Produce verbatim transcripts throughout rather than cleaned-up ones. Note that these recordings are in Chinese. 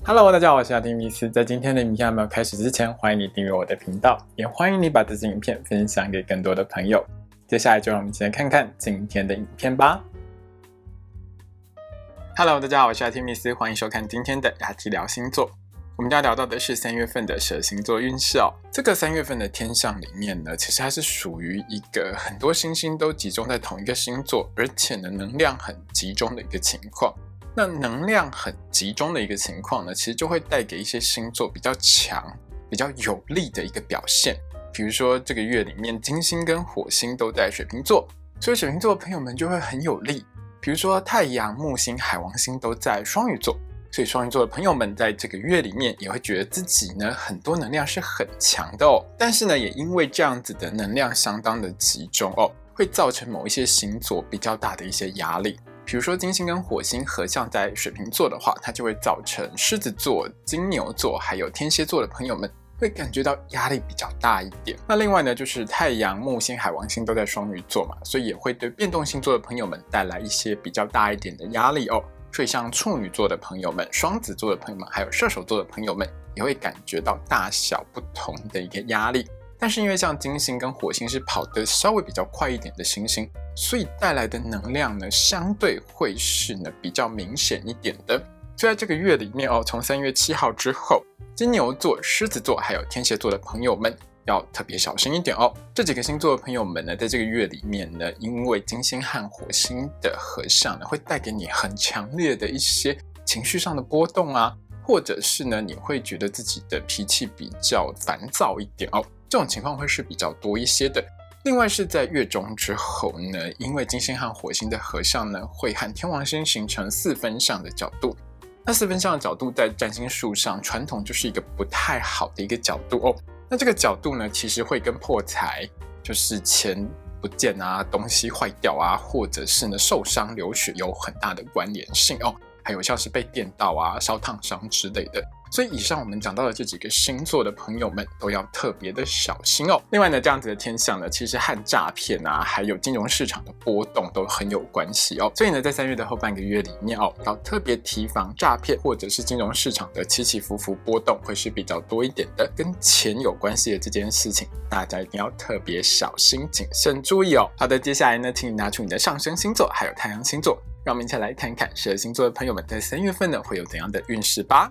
Hello， 大家好，我是阿丁米斯。在今天的影片还没有开始之前，欢迎你订阅我的频道，也欢迎你把这支影片分享给更多的朋友。接下来就让我们一起来看看今天的影片吧。Hello， 大家好，我是阿丁米斯，欢迎收看今天的雅基聊星座。我们要聊到的是三月份的十二星座运势哦。这个三月份的天象里面呢，其实它是属于一个很多星星都集中在同一个星座，而且呢能量很集中的一个情况。那能量很集中的一个情况呢，其实就会带给一些星座比较强、比较有力的一个表现。比如说这个月里面，金星跟火星都在水瓶座，所以水瓶座的朋友们就会很有力。比如说太阳、木星、海王星都在双鱼座，所以双鱼座的朋友们在这个月里面也会觉得自己呢很多能量是很强的哦。但是呢，也因为这样子的能量相当的集中哦，会造成某一些星座比较大的一些压力。比如说金星跟火星合相在水瓶座的话，它就会造成狮子座、金牛座还有天蝎座的朋友们会感觉到压力比较大一点。那另外呢，就是太阳、木星、海王星都在双鱼座嘛，所以也会对变动星座的朋友们带来一些比较大一点的压力哦。所以像处女座的朋友们、双子座的朋友们还有射手座的朋友们也会感觉到大小不同的一个压力。但是因为像金星跟火星是跑得稍微比较快一点的星星，所以带来的能量呢相对会是呢比较明显一点的。就在这个月里面哦，从三月七号之后，金牛座、狮子座还有天蝎座的朋友们要特别小心一点哦。这几个星座的朋友们呢，在这个月里面呢，因为金星和火星的合相呢，会带给你很强烈的一些情绪上的波动啊，或者是呢，你会觉得自己的脾气比较烦躁一点哦。这种情况会是比较多一些的。另外是在月中之后呢，因为金星和火星的合相呢，会和天王星形成四分相的角度。那四分相的角度在占星术上传统就是一个不太好的一个角度哦。那这个角度呢，其实会跟破财，就是钱不见啊，东西坏掉啊，或者是呢受伤流血有很大的关联性哦。还有像是被电到啊、烧烫伤之类的。所以以上我们讲到的这几个星座的朋友们都要特别的小心哦。另外呢，这样子的天象呢，其实和诈骗啊，还有金融市场的波动都很有关系哦。所以呢，在三月的后半个月里面哦，要特别提防诈骗或者是金融市场的起起伏伏波动会是比较多一点的。跟钱有关系的这件事情，大家一定要特别小心谨慎注意哦。好的，接下来呢，请你拿出你的上升星座还有太阳星座，让我们一起来看看十二星座的朋友们在三月份呢会有怎样的运势吧。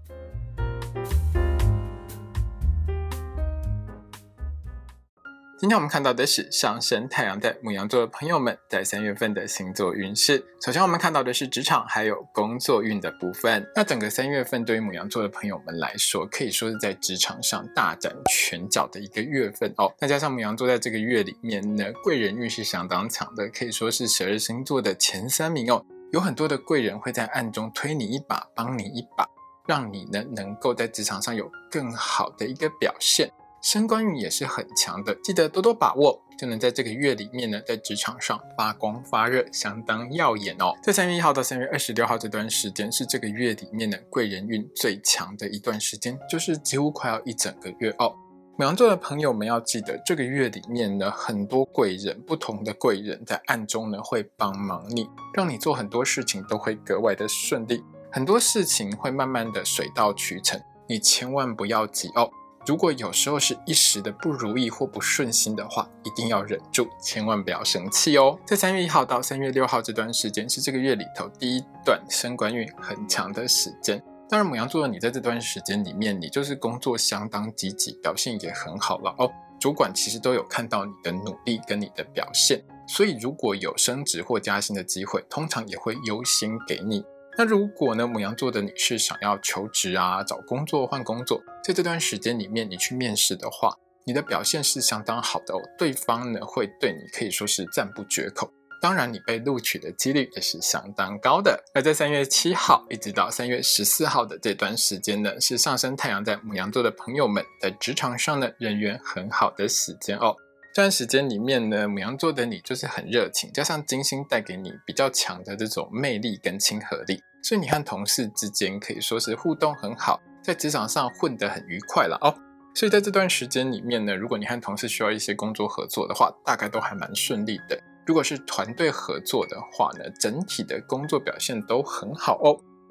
今天我们看到的是上升太阳在牡羊座的朋友们在三月份的星座运势。首先我们看到的是职场还有工作运的部分。那整个三月份对于牡羊座的朋友们来说，可以说是在职场上大展拳脚的一个月份哦。再加上牡羊座在这个月里面呢，贵人运是相当强的，可以说是十二星座的前三名哦。有很多的贵人会在暗中推你一把，帮你一把，让你呢能够在职场上有更好的一个表现。升官运也是很强的，记得多多把握，就能在这个月里面呢，在职场上发光发热，相当耀眼哦。在三月一号到三月二十六号这段时间是这个月里面的贵人运最强的一段时间，就是几乎快要一整个月哦。牡羊座的朋友们要记得，这个月里面呢，很多贵人，不同的贵人在暗中呢会帮忙你，让你做很多事情都会格外的顺利，很多事情会慢慢的水到渠成，你千万不要急哦。如果有时候是一时的不如意或不顺心的话，一定要忍住，千万不要生气哦。在三月一号到三月六号这段时间是这个月里头第一段升官运很强的时间。当然牡羊座的你在这段时间里面，你就是工作相当积极，表现也很好了哦。主管其实都有看到你的努力跟你的表现，所以如果有升职或加薪的机会，通常也会优先给你。那如果呢，牡羊座的你是想要求职啊、找工作、换工作，在这段时间里面你去面试的话，你的表现是相当好的哦，对方呢会对你可以说是赞不绝口。当然你被录取的几率也是相当高的。而在三月七号一直到三月十四号的这段时间呢，是上升太阳在牡羊座的朋友们在职场上呢人缘很好的时间哦。这段时间里面呢，牡羊座的你就是很热情，加上金星带给你比较强的这种魅力跟亲和力，所以你和同事之间可以说是互动很好，在职场上混得很愉快了哦。所以在这段时间里面呢，如果你和同事需要一些工作合作的话，大概都还蛮顺利的。如果是团队合作的话呢，整体的工作表现都很好哦。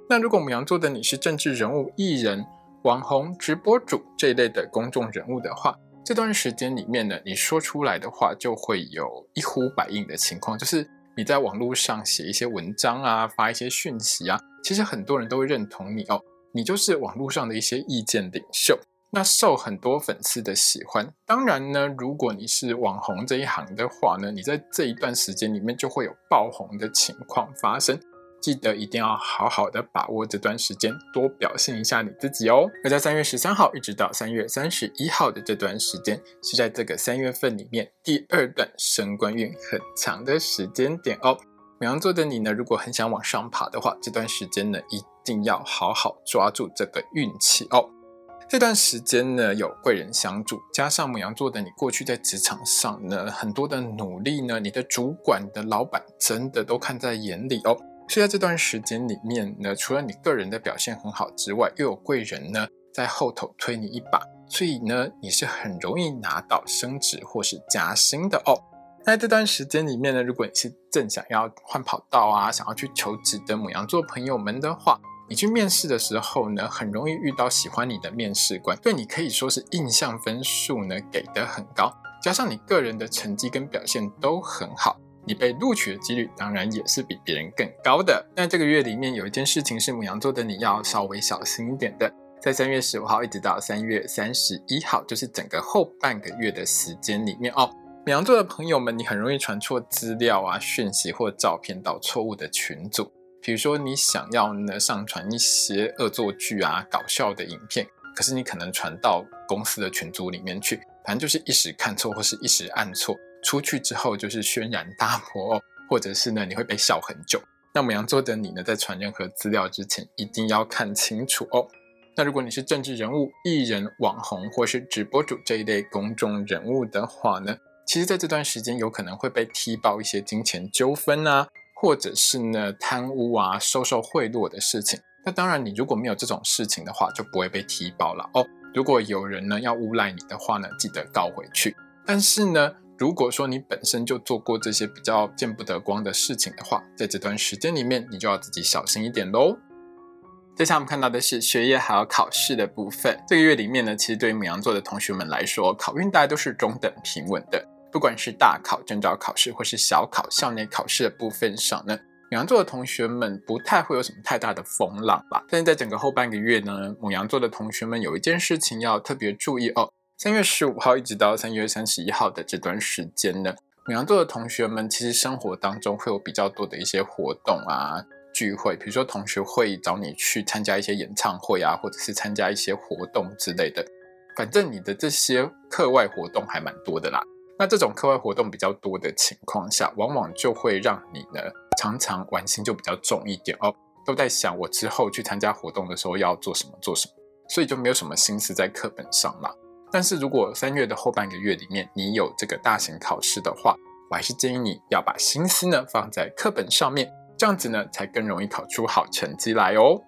那如果牡羊座的你是政治人物、艺人、网红、直播主这一类的公众人物的话，这段时间里面呢，你说出来的话就会有一呼百应的情况，就是你在网络上写一些文章啊，发一些讯息啊，其实很多人都会认同你哦，你就是网络上的一些意见领袖，那受很多粉丝的喜欢。当然呢，如果你是网红这一行的话呢，你在这一段时间里面就会有爆红的情况发生，记得一定要好好的把握这段时间，多表现一下你自己哦。而在三月十三号一直到三月三十一号的这段时间，是在这个三月份里面第二段升官运很强的时间点哦。牡羊座的你呢，如果很想往上爬的话，这段时间呢一定要好好抓住这个运气哦。这段时间呢有贵人相助，加上牡羊座的你过去在职场上呢很多的努力呢，你的主管的老板真的都看在眼里哦。所以在这段时间里面呢，除了你个人的表现很好之外，又有贵人呢在后头推你一把，所以呢你是很容易拿到升职或是加薪的哦。那在这段时间里面呢，如果你是正想要换跑道啊，想要去求职的牡羊座朋友们的话，你去面试的时候呢，很容易遇到喜欢你的面试官，对你可以说是印象分数呢给得很高，加上你个人的成绩跟表现都很好，你被录取的几率当然也是比别人更高的。那这个月里面有一件事情是牡羊座的你要稍微小心一点的，在三月十五号一直到三月三十一号，就是整个后半个月的时间里面哦，牡羊座的朋友们，你很容易传错资料啊、讯息或照片到错误的群组。比如说你想要呢上传一些恶作剧啊、搞笑的影片，可是你可能传到公司的群组里面去，反正就是一时看错或是一时按错，出去之后就是轩然大波哦，或者是呢你会被笑很久。那牡羊座的你呢，在传任何资料之前一定要看清楚哦。那如果你是政治人物、艺人、网红或是直播主这一类公众人物的话呢，其实在这段时间有可能会被踢爆一些金钱纠纷啊，或者是呢贪污啊、收受贿赂的事情。那当然你如果没有这种事情的话，就不会被踢爆了哦。如果有人呢要诬赖你的话呢，记得告回去。但是呢，如果说你本身就做过这些比较见不得光的事情的话，在这段时间里面你就要自己小心一点咯。接下来我们看到的是学业还有考试的部分。这个月里面呢，其实对于牡羊座的同学们来说，考运大概都是中等平稳的，不管是大考、证照考试或是小考、校内考试的部分上呢，牡羊座的同学们不太会有什么太大的风浪吧。但是在整个后半个月呢，牡羊座的同学们有一件事情要特别注意哦。三月十五号一直到三月三十一号的这段时间呢，牡羊座的同学们其实生活当中会有比较多的一些活动啊、聚会，比如说同学会找你去参加一些演唱会啊，或者是参加一些活动之类的。反正你的这些课外活动还蛮多的啦。那这种课外活动比较多的情况下，往往就会让你呢常常玩心就比较重一点哦，都在想我之后去参加活动的时候要做什么做什么，所以就没有什么心思在课本上啦。但是如果三月的后半个月里面你有这个大型考试的话，我还是建议你要把心思呢放在课本上面，这样子呢才更容易考出好成绩来哦。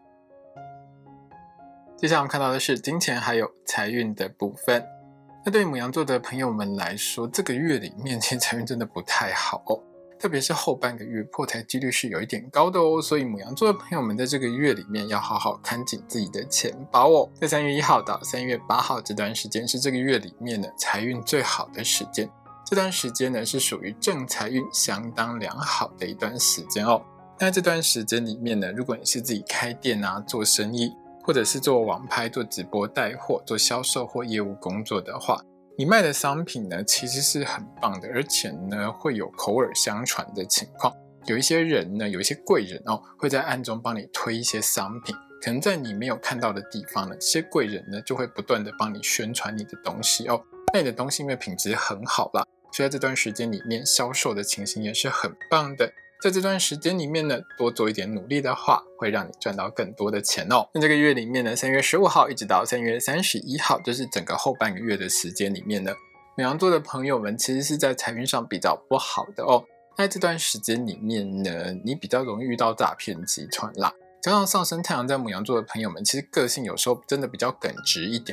接下来我们看到的是金钱还有财运的部分。那对于牡羊座的朋友们来说，这个月里面其实财运真的不太好哦，特别是后半个月破财几率是有一点高的哦，所以牡羊座的朋友们在这个月里面要好好看紧自己的钱包哦。在三月一号到三月八号这段时间是这个月里面呢财运最好的时间，这段时间呢是属于正财运相当良好的一段时间哦。那这段时间里面呢，如果你是自己开店啊、做生意，或者是做网拍、做直播带货、做销售或业务工作的话，你卖的商品呢其实是很棒的，而且呢会有口耳相传的情况。有一些人呢，有一些贵人哦，会在暗中帮你推一些商品，可能在你没有看到的地方呢，这些贵人呢就会不断的帮你宣传你的东西哦。那你的东西因为品质很好啦，所以在这段时间里面销售的情形也是很棒的。在这段时间里面呢，多做一点努力的话，会让你赚到更多的钱哦。那这个月里面呢，三月十五号一直到三月三十一号，就是整个后半个月的时间里面呢，牡羊座的朋友们其实是在财运上比较不好的哦。在这段时间里面呢，你比较容易遇到诈骗集团啦，加上上升太阳在牡羊座的朋友们，其实个性有时候真的比较耿直一点哦，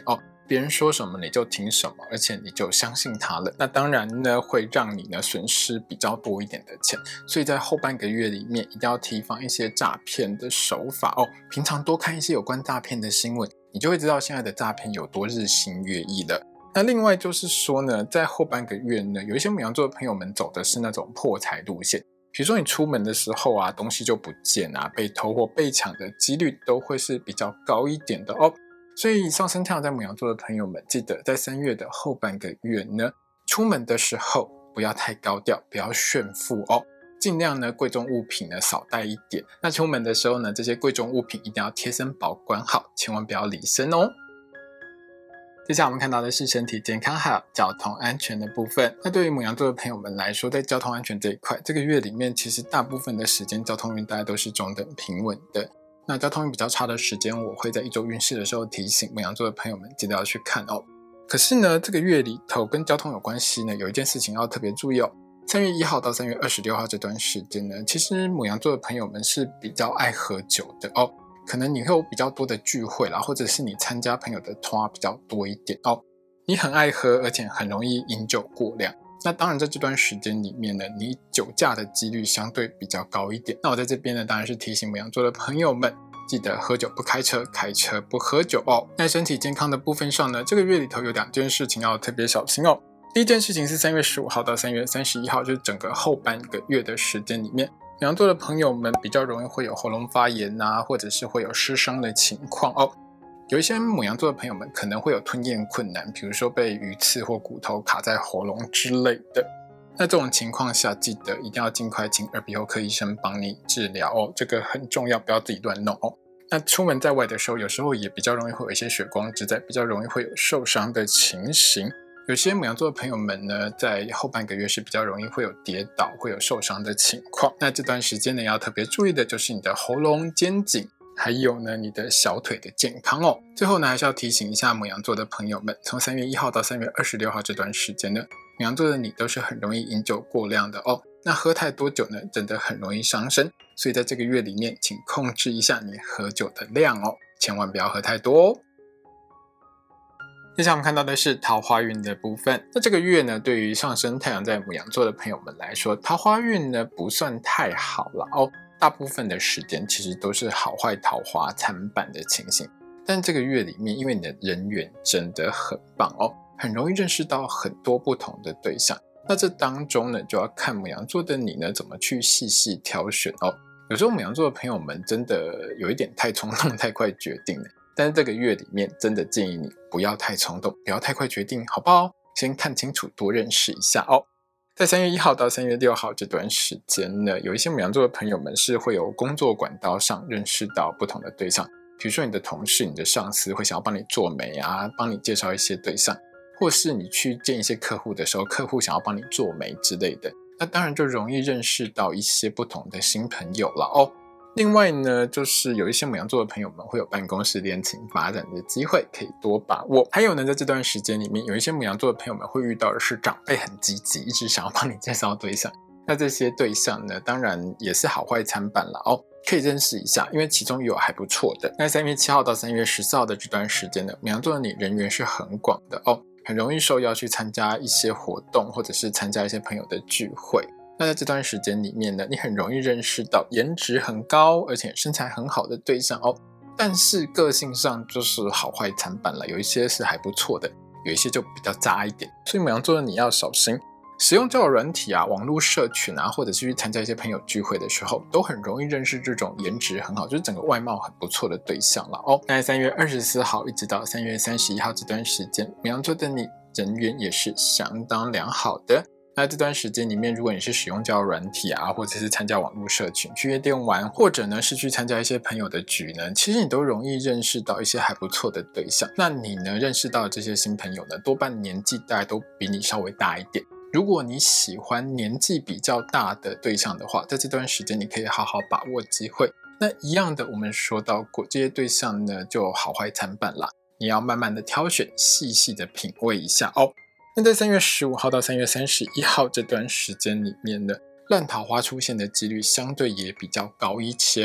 别人说什么你就听什么，而且你就相信他了，那当然呢会让你呢损失比较多一点的钱。所以在后半个月里面一定要提防一些诈骗的手法哦。平常多看一些有关诈骗的新闻，你就会知道现在的诈骗有多日新月异了。那另外就是说呢，在后半个月呢，有一些牡羊座的朋友们走的是那种破财路线，比如说你出门的时候啊，东西就不见啊，被偷或被抢的几率都会是比较高一点的哦。所以上升太阳在牡羊座的朋友们，记得在三月的后半个月呢，出门的时候不要太高调，不要炫富哦，尽量呢贵重物品呢少带一点。那出门的时候呢，这些贵重物品一定要贴身保管好，千万不要离身哦。接下来我们看到的是身体健康还有交通安全的部分。那对于牡羊座的朋友们来说，在交通安全这一块，这个月里面其实大部分的时间交通运大概都是中等平稳的。那交通运比较差的时间，我会在一周运势的时候提醒牡羊座的朋友们记得要去看哦。可是呢，这个月里头跟交通有关系呢，有一件事情要特别注意哦。三月一号到三月二十六号这段时间呢，其实牡羊座的朋友们是比较爱喝酒的哦。可能你会有比较多的聚会啦，或者是你参加朋友的团比较多一点哦。你很爱喝，而且很容易饮酒过量。那当然在这段时间里面呢，你酒驾的几率相对比较高一点。那我在这边呢，当然是提醒牡羊座的朋友们，记得喝酒不开车，开车不喝酒哦。在身体健康的部分上呢，这个月里头有两件事情要特别小心哦。第一件事情是三月十五号到三月三十一号，就是整个后半个月的时间里面，牡羊座的朋友们比较容易会有喉咙发炎啊，或者是会有失声的情况哦。有一些牡羊座的朋友们可能会有吞咽困难，比如说被鱼刺或骨头卡在喉咙之类的。那这种情况下，记得一定要尽快请耳鼻喉科医生帮你治疗哦，这个很重要，不要自己乱弄哦。那出门在外的时候，有时候也比较容易会有一些血光之灾，比较容易会有受伤的情形。有些牡羊座的朋友们呢，在后半个月是比较容易会有跌倒，会有受伤的情况。那这段时间呢，要特别注意的就是你的喉咙、肩颈，还有呢你的小腿的健康哦。最后呢，还是要提醒一下牡羊座的朋友们，从三月一号到三月二十六号这段时间呢，牡羊座的你都是很容易饮酒过量的哦。那喝太多酒呢，真的很容易伤身，所以在这个月里面，请控制一下你喝酒的量哦，千万不要喝太多哦。接下来我们看到的是桃花运的部分。那这个月呢，对于上升太阳在牡羊座的朋友们来说，桃花运呢不算太好了哦。大部分的时间其实都是好坏桃花参半的情形。但这个月里面，因为你的人缘真的很棒哦，很容易认识到很多不同的对象。那这当中呢，就要看牡羊座的你呢怎么去细细挑选哦。有时候牡羊座的朋友们真的有一点太冲动、太快决定了。但是这个月里面真的建议你不要太冲动，不要太快决定，好不好？先看清楚，多认识一下哦。在三月一号到三月六号这段时间呢，有一些牡羊座的朋友们是会有工作管道上认识到不同的对象，比如说你的同事、你的上司会想要帮你做媒啊，帮你介绍一些对象，或是你去见一些客户的时候，客户想要帮你做媒之类的，那当然就容易认识到一些不同的新朋友了哦。另外呢，就是有一些牡羊座的朋友们会有办公室恋情发展的机会，可以多把握。还有呢，在这段时间里面，有一些牡羊座的朋友们会遇到的是长辈很积极，一直想要帮你介绍对象。那这些对象呢，当然也是好坏参半了哦，可以认识一下，因为其中也有还不错的。那三月七号到三月十四号的这段时间呢，牡羊座的你人缘是很广的哦，很容易受邀去参加一些活动，或者是参加一些朋友的聚会。那在这段时间里面呢，你很容易认识到颜值很高而且身材很好的对象哦，但是个性上就是好坏参半了，有一些是还不错的，有一些就比较渣一点，所以牡羊座的你要小心。使用交友软体啊、网络社群啊，或者是去参加一些朋友聚会的时候，都很容易认识这种颜值很好，就是整个外貌很不错的对象了哦。在三月二十四号一直到三月三十一号这段时间，牡羊座的你人缘也是相当良好的。那这段时间里面，如果你是使用交友软体啊，或者是参加网络社群去夜店玩，或者呢是去参加一些朋友的局呢，其实你都容易认识到一些还不错的对象。那你呢认识到的这些新朋友呢，多半年纪大概都比你稍微大一点。如果你喜欢年纪比较大的对象的话，在这段时间你可以好好把握机会。那一样的，我们说到过，这些对象呢就好坏参半啦，你要慢慢的挑选，细细的品味一下哦。那在三月十五号到三月三十一号这段时间里面呢，烂桃花出现的几率相对也比较高一些哦。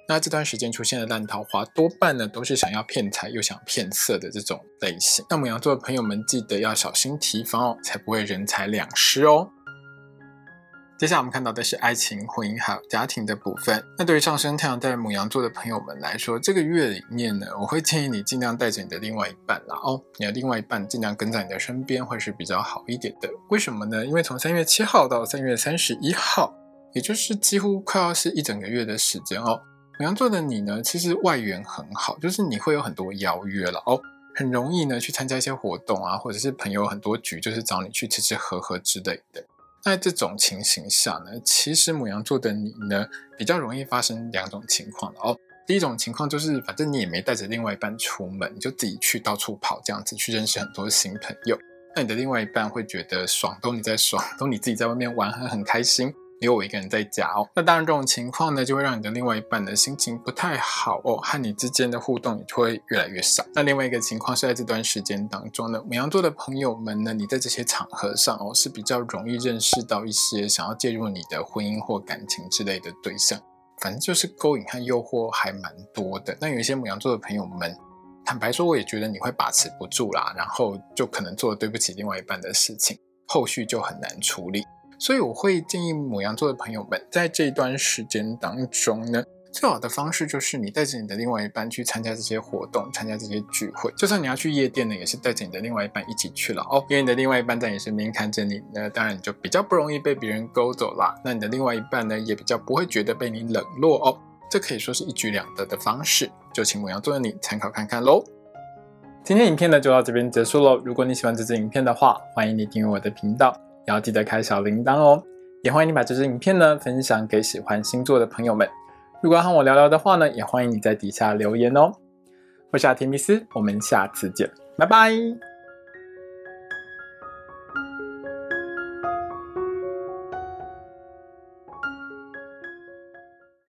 那这段时间出现的烂桃花，多半呢都是想要骗财又想骗色的这种类型。那牡羊座的朋友们记得要小心提防哦，才不会人财两失哦。接下来我们看到的是爱情、婚姻还有家庭的部分。那对于上升太阳在牡羊座的朋友们来说，这个月里面呢，我会建议你尽量带着你的另外一半啦哦，你的另外一半尽量跟在你的身边会是比较好一点的。为什么呢？因为从三月七号到三月三十一号，也就是几乎快要是一整个月的时间哦。牡羊座的你呢，其实外缘很好，就是你会有很多邀约了哦，很容易呢去参加一些活动啊，或者是朋友很多局，就是找你去吃吃喝喝之类的。在这种情形下呢，其实牡羊座的你呢，比较容易发生两种情况哦。第一种情况就是，反正你也没带着另外一半出门，你就自己去到处跑，这样子去认识很多新朋友。那你的另外一半会觉得爽，都你在爽，都你自己在外面玩很很开心，只有我一个人在家哦。那当然这种情况呢，就会让你的另外一半的心情不太好哦，和你之间的互动也会越来越少。那另外一个情况是在这段时间当中呢，牡羊座的朋友们呢，你在这些场合上哦，是比较容易认识到一些想要介入你的婚姻或感情之类的对象，反正就是勾引和诱惑还蛮多的。那有一些牡羊座的朋友们，坦白说我也觉得你会把持不住啦，然后就可能做了对不起另外一半的事情，后续就很难处理。所以我会建议牡羊座的朋友们，在这一段时间当中呢，最好的方式就是你带着你的另外一半去参加这些活动，参加这些聚会。就算你要去夜店呢，也是带着你的另外一半一起去了哦，因为你的另外一半在你身边看着你呢，当然你就比较不容易被别人勾走啦。那你的另外一半呢，也比较不会觉得被你冷落哦。这可以说是一举两得的方式，就请牡羊座的你参考看看咯。今天影片呢就到这边结束咯。如果你喜欢这支影片的话，欢迎你订阅我的频道，也要记得开小铃铛哦。也欢迎你把这支影片呢分享给喜欢星座的朋友们。如果要和我聊聊的话呢，也欢迎你在底下留言哦。我是阿提密斯，我们下次见，拜拜。